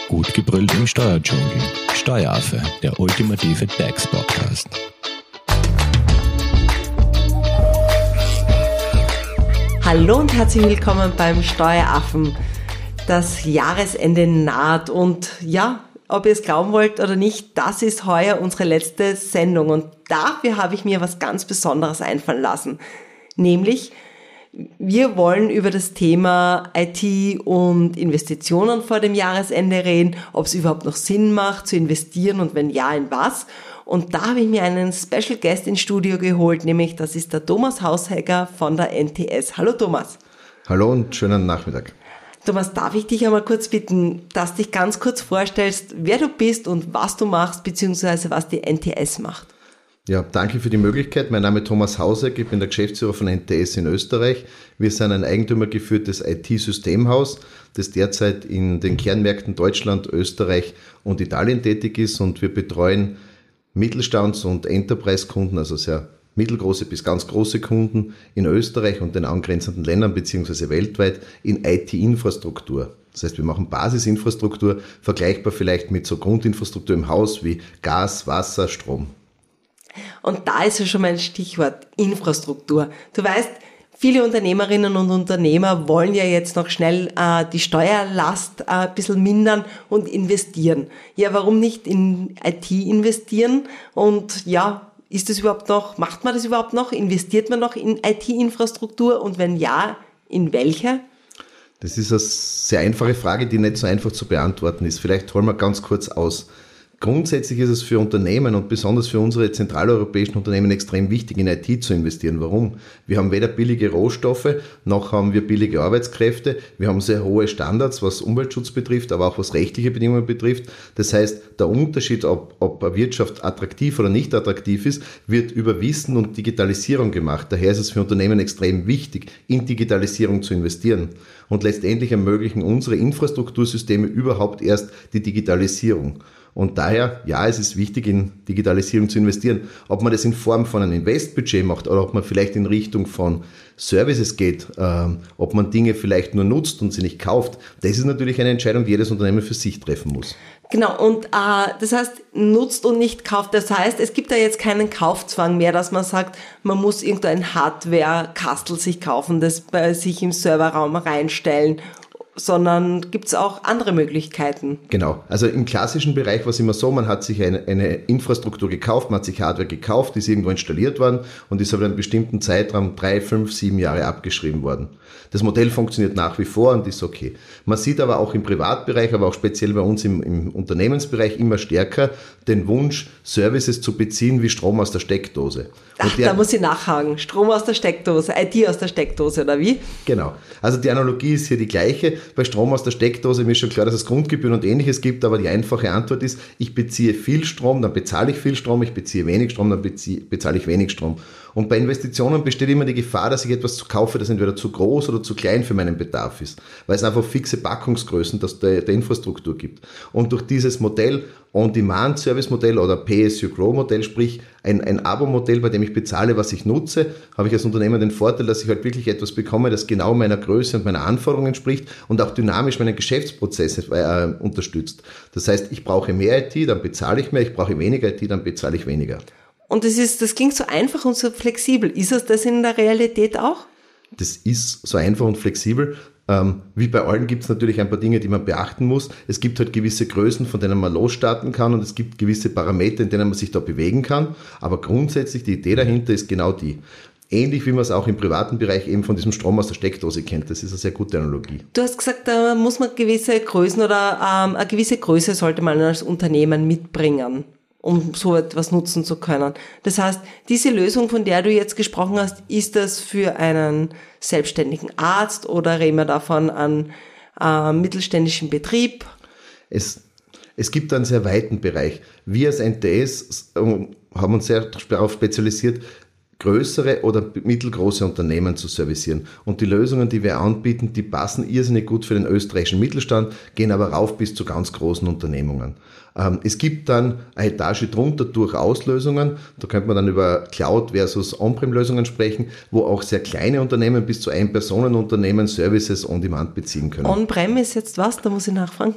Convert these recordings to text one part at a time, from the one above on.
Gut gebrüllt im Steuerdschungel. Steueraffe, der ultimative DAX-Podcast. Hallo und herzlich willkommen beim Steueraffen. Das Jahresende naht und ja, ob ihr es glauben wollt oder nicht, das ist heuer unsere letzte Sendung und dafür habe ich mir was ganz Besonderes einfallen lassen. Nämlich, wir wollen über das Thema IT und Investitionen vor dem Jahresende reden, ob es überhaupt noch Sinn macht zu investieren und wenn ja, in was. Und da habe ich mir einen Special Guest ins Studio geholt, nämlich das ist der Thomas Haushegger von der NTS. Hallo Thomas. Hallo und schönen Nachmittag. Thomas, darf ich dich einmal kurz bitten, dass du dich ganz kurz vorstellst, wer du bist und was du machst, beziehungsweise was die NTS macht? Ja, danke für die Möglichkeit. Mein Name ist Thomas Haushegger, ich bin der Geschäftsführer von NTS in Österreich. Wir sind ein eigentümergeführtes IT-Systemhaus, das derzeit in den Kernmärkten Deutschland, Österreich und Italien tätig ist und wir betreuen Mittelstands- und Enterprise-Kunden, also sehr mittelgroße bis ganz große Kunden in Österreich und den angrenzenden Ländern beziehungsweise weltweit in IT-Infrastruktur. Das heißt, wir machen Basisinfrastruktur, vergleichbar vielleicht mit so Grundinfrastruktur im Haus wie Gas, Wasser, Strom. Und da ist ja schon mal ein Stichwort, Infrastruktur. Du weißt, viele Unternehmerinnen und Unternehmer wollen ja jetzt noch schnell die Steuerlast ein bisschen mindern und investieren. Ja, warum nicht in IT investieren? Und ja, ist das überhaupt noch, macht man das überhaupt noch? Investiert man noch in IT-Infrastruktur? Und wenn ja, in welche? Das ist eine sehr einfache Frage, die nicht so einfach zu beantworten ist. Vielleicht holen wir ganz kurz aus. Grundsätzlich ist es für Unternehmen und besonders für unsere zentraleuropäischen Unternehmen extrem wichtig, in IT zu investieren. Warum? Wir haben weder billige Rohstoffe, noch haben wir billige Arbeitskräfte. Wir haben sehr hohe Standards, was Umweltschutz betrifft, aber auch was rechtliche Bedingungen betrifft. Das heißt, der Unterschied, ob eine Wirtschaft attraktiv oder nicht attraktiv ist, wird über Wissen und Digitalisierung gemacht. Daher ist es für Unternehmen extrem wichtig, in Digitalisierung zu investieren. Und letztendlich ermöglichen unsere Infrastruktursysteme überhaupt erst die Digitalisierung. Und daher, ja, es ist wichtig, in Digitalisierung zu investieren. Ob man das in Form von einem Investbudget macht oder ob man vielleicht in Richtung von Services geht, ob man Dinge vielleicht nur nutzt und sie nicht kauft, das ist natürlich eine Entscheidung, die jedes Unternehmen für sich treffen muss. Genau, und das heißt, nutzt und nicht kauft. Das heißt, es gibt da jetzt keinen Kaufzwang mehr, dass man sagt, man muss irgendein Hardware-Kastel sich kaufen, das bei sich im Serverraum reinstellen, sondern gibt es auch andere Möglichkeiten. Genau, also im klassischen Bereich war es immer so, man hat sich eine Infrastruktur gekauft, man hat sich Hardware gekauft, die ist irgendwo installiert worden und ist aber in einem bestimmten Zeitraum 3, 5, 7 Jahre abgeschrieben worden. Das Modell funktioniert nach wie vor und ist okay. Man sieht aber auch im Privatbereich, aber auch speziell bei uns im Unternehmensbereich immer stärker den Wunsch, Services zu beziehen wie Strom aus der Steckdose. Ach, da muss ich nachhaken. Strom aus der Steckdose, IT aus der Steckdose, oder wie? Genau. Also die Analogie ist hier die gleiche. Bei Strom aus der Steckdose mir ist schon klar, dass es Grundgebühren und Ähnliches gibt, aber die einfache Antwort ist, ich beziehe viel Strom, dann bezahle ich viel Strom, ich beziehe wenig Strom, dann bezahle ich wenig Strom. Und bei Investitionen besteht immer die Gefahr, dass ich etwas kaufe, das entweder zu groß oder zu klein für meinen Bedarf ist, weil es einfach fixe Packungsgrößen der Infrastruktur gibt. Und durch dieses Modell, On-Demand-Service-Modell oder Pay-as-you-grow-Modell, sprich ein Abo-Modell, bei dem ich bezahle, was ich nutze, habe ich als Unternehmer den Vorteil, dass ich halt wirklich etwas bekomme, das genau meiner Größe und meiner Anforderungen entspricht und auch dynamisch meine Geschäftsprozesse unterstützt. Das heißt, ich brauche mehr IT, dann bezahle ich mehr, ich brauche weniger IT, dann bezahle ich weniger. Und das klingt so einfach und so flexibel. Ist es das in der Realität auch? Das ist so einfach und flexibel. Wie bei allen gibt es natürlich ein paar Dinge, die man beachten muss. Es gibt halt gewisse Größen, von denen man losstarten kann und es gibt gewisse Parameter, in denen man sich da bewegen kann. Aber grundsätzlich die Idee dahinter ist genau die. Ähnlich wie man es auch im privaten Bereich eben von diesem Strom aus der Steckdose kennt. Das ist eine sehr gute Analogie. Du hast gesagt, da muss man gewisse Größen oder eine gewisse Größe sollte man als Unternehmen mitbringen, um so etwas nutzen zu können. Das heißt, diese Lösung, von der du jetzt gesprochen hast, ist das für einen selbstständigen Arzt oder reden wir davon an mittelständischen Betrieb? Es gibt einen sehr weiten Bereich. Wir als NTS haben uns sehr darauf spezialisiert, größere oder mittelgroße Unternehmen zu servicieren. Und die Lösungen, die wir anbieten, die passen irrsinnig gut für den österreichischen Mittelstand, gehen aber rauf bis zu ganz großen Unternehmungen. Es gibt dann eine Etage drunter durchaus Lösungen, da könnte man dann über Cloud versus On-Prem-Lösungen sprechen, wo auch sehr kleine Unternehmen bis zu Ein-Personen-Unternehmen Services on-demand beziehen können. On-Prem ist jetzt was? Da muss ich nachfragen.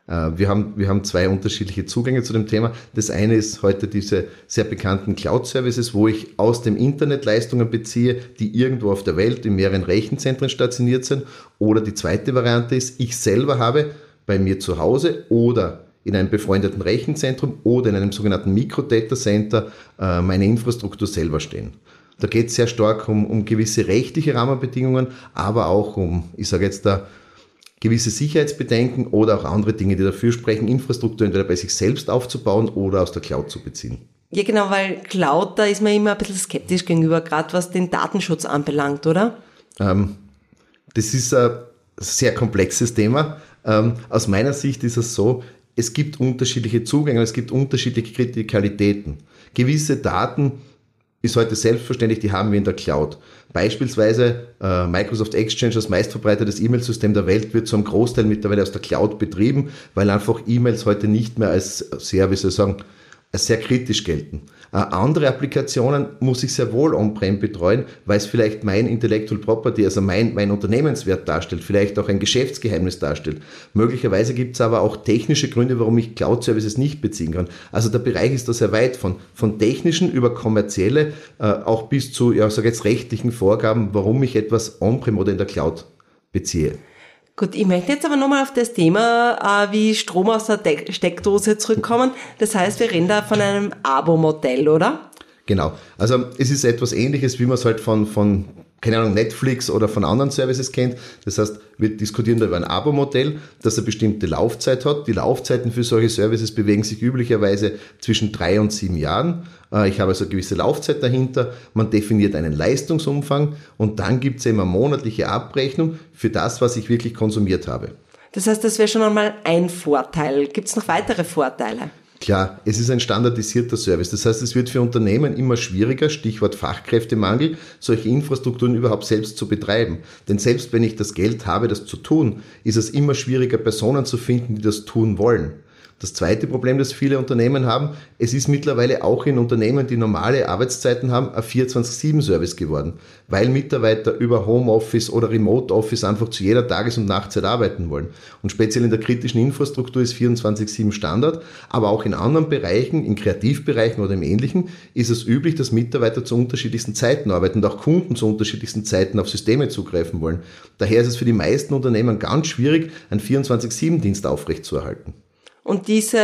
Wir haben zwei unterschiedliche Zugänge zu dem Thema. Das eine ist heute diese sehr bekannten Cloud-Services, wo ich aus dem Internet Leistungen beziehe, die irgendwo auf der Welt in mehreren Rechenzentren stationiert sind. Oder die zweite Variante ist, ich selber habe bei mir zu Hause oder in einem befreundeten Rechenzentrum oder in einem sogenannten Micro-Data-Center meine Infrastruktur selber stehen. Da geht es sehr stark um gewisse rechtliche Rahmenbedingungen, aber auch um, ich sage jetzt da, gewisse Sicherheitsbedenken oder auch andere Dinge, die dafür sprechen, Infrastruktur entweder bei sich selbst aufzubauen oder aus der Cloud zu beziehen. Ja genau, weil Cloud, da ist man immer ein bisschen skeptisch gegenüber, gerade was den Datenschutz anbelangt, oder? Das ist ein sehr komplexes Thema. Aus meiner Sicht ist es so, es gibt unterschiedliche Zugänge, es gibt unterschiedliche Kritikalitäten. Gewisse Daten ist heute selbstverständlich, die haben wir in der Cloud. Beispielsweise Microsoft Exchange, das meistverbreitetes E-Mail-System der Welt, wird zu einem Großteil mittlerweile aus der Cloud betrieben, weil einfach E-Mails heute nicht mehr als sehr, als sehr kritisch gelten. Andere Applikationen muss ich sehr wohl on-prem betreuen, weil es vielleicht mein Intellectual Property, also mein Unternehmenswert darstellt, vielleicht auch ein Geschäftsgeheimnis darstellt. Möglicherweise gibt es aber auch technische Gründe, warum ich Cloud-Services nicht beziehen kann. Also der Bereich ist da sehr weit von technischen über kommerzielle, auch bis zu, ja, sage jetzt rechtlichen Vorgaben, warum ich etwas on-prem oder in der Cloud beziehe. Gut, ich möchte jetzt aber nochmal auf das Thema wie Strom aus der Steckdose zurückkommen. Das heißt, wir reden da von einem Abo-Modell, oder? Genau. Also es ist etwas Ähnliches, wie man es halt von keine Ahnung, Netflix oder von anderen Services kennt. Das heißt, wir diskutieren da über ein Abo-Modell, das eine bestimmte Laufzeit hat. Die Laufzeiten für solche Services bewegen sich üblicherweise zwischen 3 und 7 Jahren. Ich habe also eine gewisse Laufzeit dahinter. Man definiert einen Leistungsumfang und dann gibt es eben eine monatliche Abrechnung für das, was ich wirklich konsumiert habe. Das heißt, das wäre schon einmal ein Vorteil. Gibt es noch weitere Vorteile? Klar, es ist ein standardisierter Service. Das heißt, es wird für Unternehmen immer schwieriger, Stichwort Fachkräftemangel, solche Infrastrukturen überhaupt selbst zu betreiben. Denn selbst wenn ich das Geld habe, das zu tun, ist es immer schwieriger, Personen zu finden, die das tun wollen. Das zweite Problem, das viele Unternehmen haben, es ist mittlerweile auch in Unternehmen, die normale Arbeitszeiten haben, ein 24/7-Service geworden, weil Mitarbeiter über Homeoffice oder Remote Office einfach zu jeder Tages- und Nachtzeit arbeiten wollen. Und speziell in der kritischen Infrastruktur ist 24/7 Standard, aber auch in anderen Bereichen, in Kreativbereichen oder im Ähnlichen, ist es üblich, dass Mitarbeiter zu unterschiedlichsten Zeiten arbeiten und auch Kunden zu unterschiedlichsten Zeiten auf Systeme zugreifen wollen. Daher ist es für die meisten Unternehmen ganz schwierig, einen 24/7-Dienst aufrechtzuerhalten. Und diese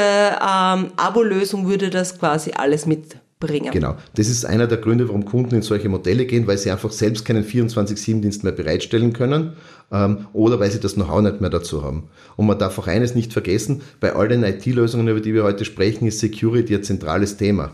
Abo-Lösung würde das quasi alles mitbringen. Genau. Das ist einer der Gründe, warum Kunden in solche Modelle gehen, weil sie einfach selbst keinen 24/7-Dienst mehr bereitstellen können oder weil sie das Know-how nicht mehr dazu haben. Und man darf auch eines nicht vergessen, bei all den IT-Lösungen, über die wir heute sprechen, ist Security ein zentrales Thema.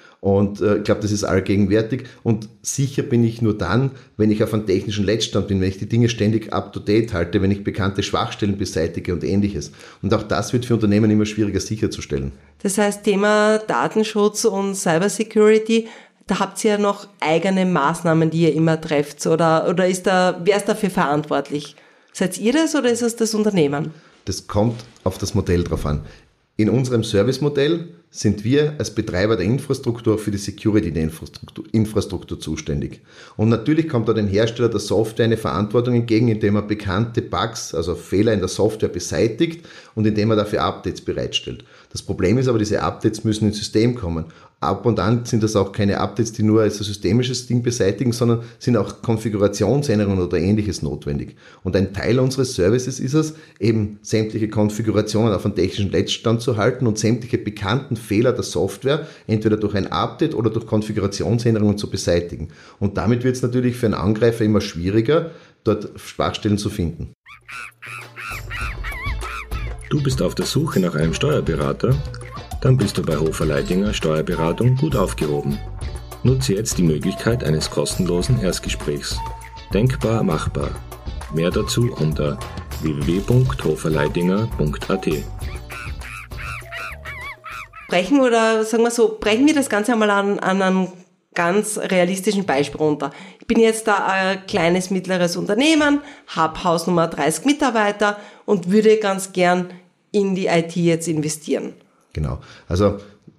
Und ich glaube, das ist allgegenwärtig und sicher bin ich nur dann, wenn ich auf einem technischen Letztstand bin, wenn ich die Dinge ständig up-to-date halte, wenn ich bekannte Schwachstellen beseitige und Ähnliches. Und auch das wird für Unternehmen immer schwieriger sicherzustellen. Das heißt, Thema Datenschutz und Cybersecurity, da habt ihr ja noch eigene Maßnahmen, die ihr immer trefft, oder wer ist dafür verantwortlich? Seid ihr das oder ist es das Unternehmen? Das kommt auf das Modell drauf an. In unserem Servicemodell sind wir als Betreiber der Infrastruktur für die Security der Infrastruktur zuständig. Und natürlich kommt da dem Hersteller der Software eine Verantwortung entgegen, indem er bekannte Bugs, also Fehler in der Software beseitigt und indem er dafür Updates bereitstellt. Das Problem ist aber, diese Updates müssen ins System kommen. Ab und an sind das auch keine Updates, die nur als ein systemisches Ding beseitigen, sondern sind auch Konfigurationsänderungen oder Ähnliches notwendig. Und ein Teil unseres Services ist es, eben sämtliche Konfigurationen auf einen technischen Letztstand zu halten und sämtliche bekannten Fehler der Software entweder durch ein Update oder durch Konfigurationsänderungen zu beseitigen. Und damit wird es natürlich für einen Angreifer immer schwieriger, dort Schwachstellen zu finden. Du bist auf der Suche nach einem Steuerberater? Dann bist du bei Hofer Leidinger Steuerberatung gut aufgehoben. Nutze jetzt die Möglichkeit eines kostenlosen Erstgesprächs. Denkbar machbar. Mehr dazu unter www.hoferleidinger.at. Brechen wir das Ganze einmal an einem ganz realistischen Beispiel runter. Ich bin jetzt da ein kleines, mittleres Unternehmen, habe Hausnummer 30 Mitarbeiter und würde ganz gern in die IT jetzt investieren. Genau. Also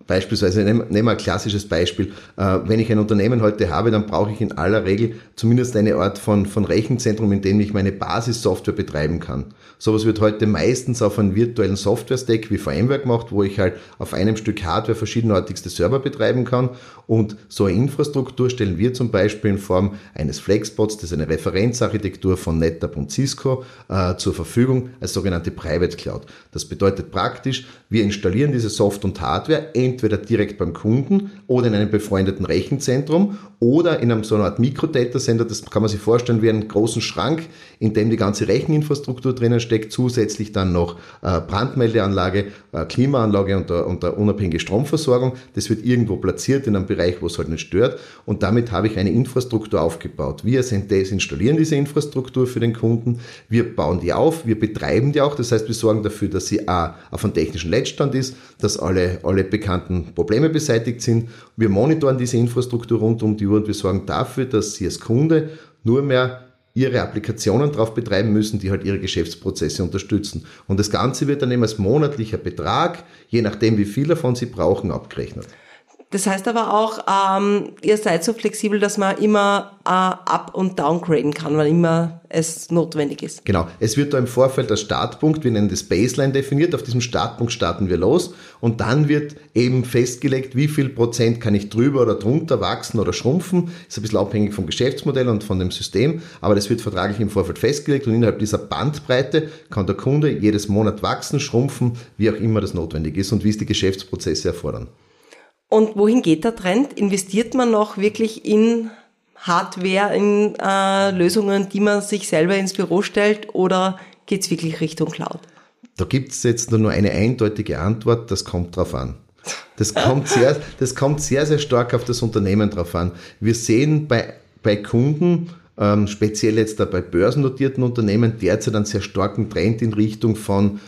Beispielsweise, nehmen wir ein klassisches Beispiel. Wenn ich ein Unternehmen heute habe, dann brauche ich in aller Regel zumindest eine Art von Rechenzentrum, in dem ich meine Basissoftware betreiben kann. Sowas wird heute meistens auf einem virtuellen Software-Stack wie VMware gemacht, wo ich halt auf einem Stück Hardware verschiedenartigste Server betreiben kann. Und so eine Infrastruktur stellen wir zum Beispiel in Form eines Flexbots, das ist eine Referenzarchitektur von NetApp und Cisco, zur Verfügung als sogenannte Private Cloud. Das bedeutet praktisch, wir installieren diese Software und Hardware entweder direkt beim Kunden oder in einem befreundeten Rechenzentrum oder in einem so einer Art Mikro-Data-Center. Das kann man sich vorstellen wie einen großen Schrank, in dem die ganze Recheninfrastruktur drinnen steckt, zusätzlich dann noch Brandmeldeanlage, Klimaanlage und eine unabhängige Stromversorgung. Das wird irgendwo platziert in einem Bereich, wo es halt nicht stört, und damit habe ich eine Infrastruktur aufgebaut. Wir als NTS installieren diese Infrastruktur für den Kunden, wir bauen die auf, wir betreiben die auch, das heißt, wir sorgen dafür, dass sie auf einem technischen Leitstand ist, dass alle bekannten Probleme beseitigt sind. Wir monitoren diese Infrastruktur rund um die Uhr und wir sorgen dafür, dass Sie als Kunde nur mehr Ihre Applikationen drauf betreiben müssen, die halt Ihre Geschäftsprozesse unterstützen. Und das Ganze wird dann eben als monatlicher Betrag, je nachdem wie viel davon Sie brauchen, abgerechnet. Das heißt aber auch, ihr seid so flexibel, dass man immer up- und downgraden kann, wann immer es notwendig ist. Genau. Es wird da im Vorfeld als Startpunkt, wir nennen das Baseline definiert, auf diesem Startpunkt starten wir los und dann wird eben festgelegt, wie viel Prozent kann ich drüber oder drunter wachsen oder schrumpfen. Ist ein bisschen abhängig vom Geschäftsmodell und von dem System, aber das wird vertraglich im Vorfeld festgelegt und innerhalb dieser Bandbreite kann der Kunde jedes Monat wachsen, schrumpfen, wie auch immer das notwendig ist und wie es die Geschäftsprozesse erfordern. Und wohin geht der Trend? Investiert man noch wirklich in Hardware, in Lösungen, die man sich selber ins Büro stellt, oder geht es wirklich Richtung Cloud? Da gibt es jetzt nur eine eindeutige Antwort, das kommt drauf an. Das kommt sehr, sehr stark auf das Unternehmen drauf an. Wir sehen bei Kunden, speziell jetzt da bei börsennotierten Unternehmen, derzeit einen sehr starken Trend in Richtung von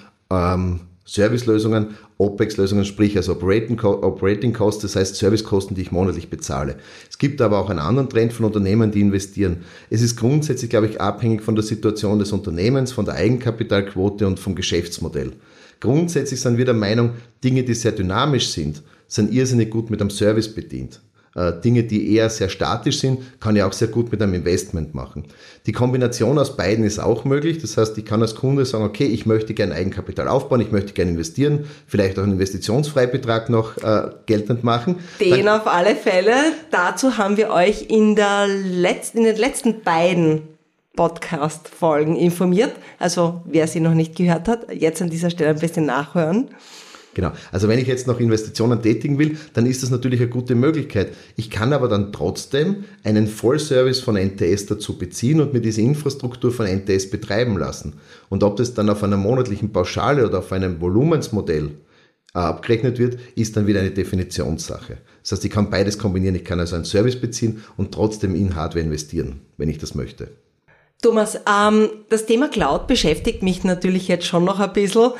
Servicelösungen, OPEX-Lösungen, sprich also Operating Costs, das heißt Servicekosten, die ich monatlich bezahle. Es gibt aber auch einen anderen Trend von Unternehmen, die investieren. Es ist grundsätzlich, glaube ich, abhängig von der Situation des Unternehmens, von der Eigenkapitalquote und vom Geschäftsmodell. Grundsätzlich sind wir der Meinung, Dinge, die sehr dynamisch sind irrsinnig gut mit einem Service bedient. Dinge, die eher sehr statisch sind, kann ich auch sehr gut mit einem Investment machen. Die Kombination aus beiden ist auch möglich. Das heißt, ich kann als Kunde sagen, okay, ich möchte gerne Eigenkapital aufbauen, ich möchte gerne investieren, vielleicht auch einen Investitionsfreibetrag noch geltend machen. Den auf alle Fälle. Dazu haben wir euch in den letzten beiden Podcast-Folgen informiert. Also wer sie noch nicht gehört hat, jetzt an dieser Stelle ein bisschen nachhören. Genau. Also wenn ich jetzt noch Investitionen tätigen will, dann ist das natürlich eine gute Möglichkeit. Ich kann aber dann trotzdem einen Vollservice von NTS dazu beziehen und mir diese Infrastruktur von NTS betreiben lassen. Und ob das dann auf einer monatlichen Pauschale oder auf einem Volumensmodell abgerechnet wird, ist dann wieder eine Definitionssache. Das heißt, ich kann beides kombinieren. Ich kann also einen Service beziehen und trotzdem in Hardware investieren, wenn ich das möchte. Thomas, das Thema Cloud beschäftigt mich natürlich jetzt schon noch ein bisschen.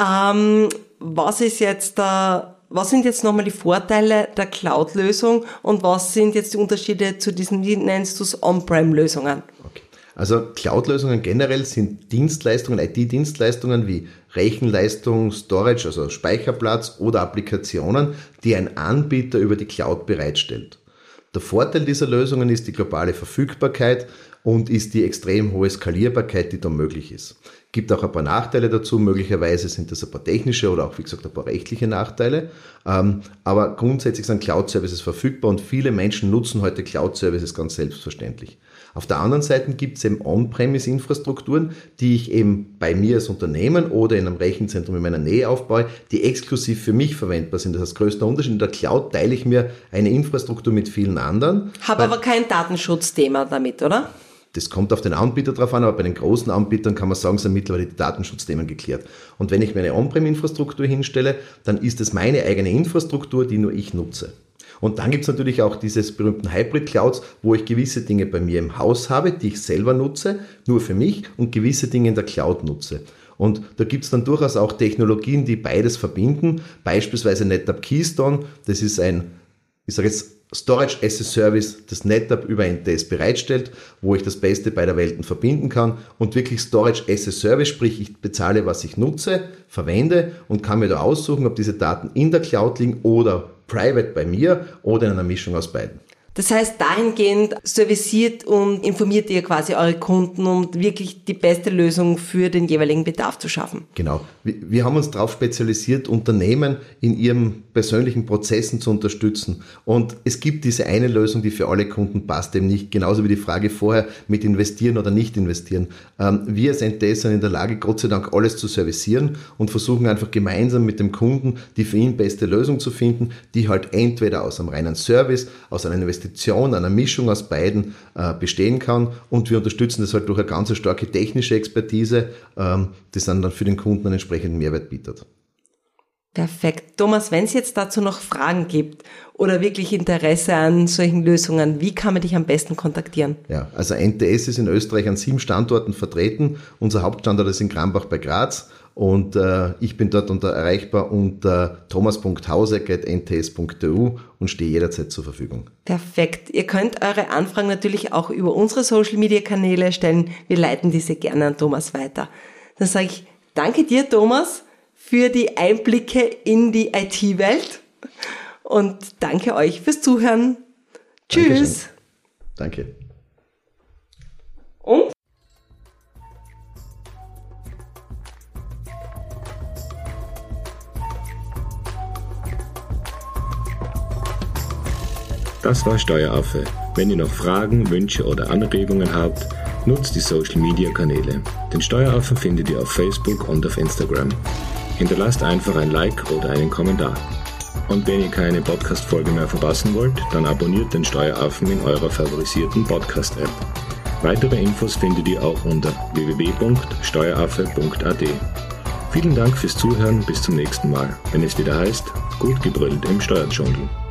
Was sind jetzt nochmal die Vorteile der Cloud-Lösung und was sind jetzt die Unterschiede zu diesen, wie nennst du es, On-Prem-Lösungen? Okay. Also Cloud-Lösungen generell sind Dienstleistungen, IT-Dienstleistungen wie Rechenleistung, Storage, also Speicherplatz oder Applikationen, die ein Anbieter über die Cloud bereitstellt. Der Vorteil dieser Lösungen ist die globale Verfügbarkeit und ist die extrem hohe Skalierbarkeit, die da möglich ist. Gibt auch ein paar Nachteile dazu, möglicherweise sind das ein paar technische oder auch, wie gesagt, ein paar rechtliche Nachteile, aber grundsätzlich sind Cloud-Services verfügbar und viele Menschen nutzen heute Cloud-Services ganz selbstverständlich. Auf der anderen Seite gibt es eben On-Premise-Infrastrukturen, die ich eben bei mir als Unternehmen oder in einem Rechenzentrum in meiner Nähe aufbaue, die exklusiv für mich verwendbar sind. Das ist der größte Unterschied. In der Cloud teile ich mir eine Infrastruktur mit vielen anderen. Habe aber kein Datenschutzthema damit, oder? Das kommt auf den Anbieter drauf an, aber bei den großen Anbietern kann man sagen, sind mittlerweile die Datenschutzthemen geklärt. Und wenn ich mir eine On-Prem-Infrastruktur hinstelle, dann ist es meine eigene Infrastruktur, die nur ich nutze. Und dann gibt es natürlich auch dieses berühmten Hybrid-Clouds, wo ich gewisse Dinge bei mir im Haus habe, die ich selber nutze, nur für mich, und gewisse Dinge in der Cloud nutze. Und da gibt es dann durchaus auch Technologien, die beides verbinden, beispielsweise NetApp Keystone, das ist ein ich sage jetzt, Storage as a Service, das NetApp über NTS bereitstellt, wo ich das Beste beider Welten verbinden kann und wirklich Storage as a Service, sprich ich bezahle, was ich nutze, verwende und kann mir da aussuchen, ob diese Daten in der Cloud liegen oder private bei mir oder in einer Mischung aus beiden. Das heißt, dahingehend serviciert und informiert ihr quasi eure Kunden, um wirklich die beste Lösung für den jeweiligen Bedarf zu schaffen. Genau. Wir haben uns darauf spezialisiert, Unternehmen in ihren persönlichen Prozessen zu unterstützen. Und es gibt diese eine Lösung, die für alle Kunden passt, eben nicht. Genauso wie die Frage vorher mit investieren oder nicht investieren. Wir als NTS sind in der Lage, Gott sei Dank alles zu servicieren und versuchen einfach gemeinsam mit dem Kunden die für ihn beste Lösung zu finden, die halt entweder aus einem reinen Service, aus einer Investition, einer Mischung aus beiden bestehen kann und wir unterstützen das halt durch eine ganz starke technische Expertise, das dann für den Kunden einen entsprechenden Mehrwert bietet. Perfekt. Thomas, wenn es jetzt dazu noch Fragen gibt oder wirklich Interesse an solchen Lösungen, wie kann man dich am besten kontaktieren? Ja, also NTS ist in Österreich an 7 Standorten vertreten. Unser Hauptstandort ist in Krambach bei Graz. Und ich bin dort erreichbar unter thomas.hauseck@nts.eu und stehe jederzeit zur Verfügung. Perfekt. Ihr könnt eure Anfragen natürlich auch über unsere Social-Media-Kanäle stellen. Wir leiten diese gerne an Thomas weiter. Dann sage ich danke dir, Thomas, für die Einblicke in die IT-Welt und danke euch fürs Zuhören. Tschüss. Danke. Und? Das war Steueraffe. Wenn ihr noch Fragen, Wünsche oder Anregungen habt, nutzt die Social Media Kanäle. Den Steueraffen findet ihr auf Facebook und auf Instagram. Hinterlasst einfach ein Like oder einen Kommentar. Und wenn ihr keine Podcast-Folge mehr verpassen wollt, dann abonniert den Steueraffen in eurer favorisierten Podcast-App. Weitere Infos findet ihr auch unter www.steueraffe.at. Vielen Dank fürs Zuhören, bis zum nächsten Mal, wenn es wieder heißt, gut gebrüllt im Steuerdschungel.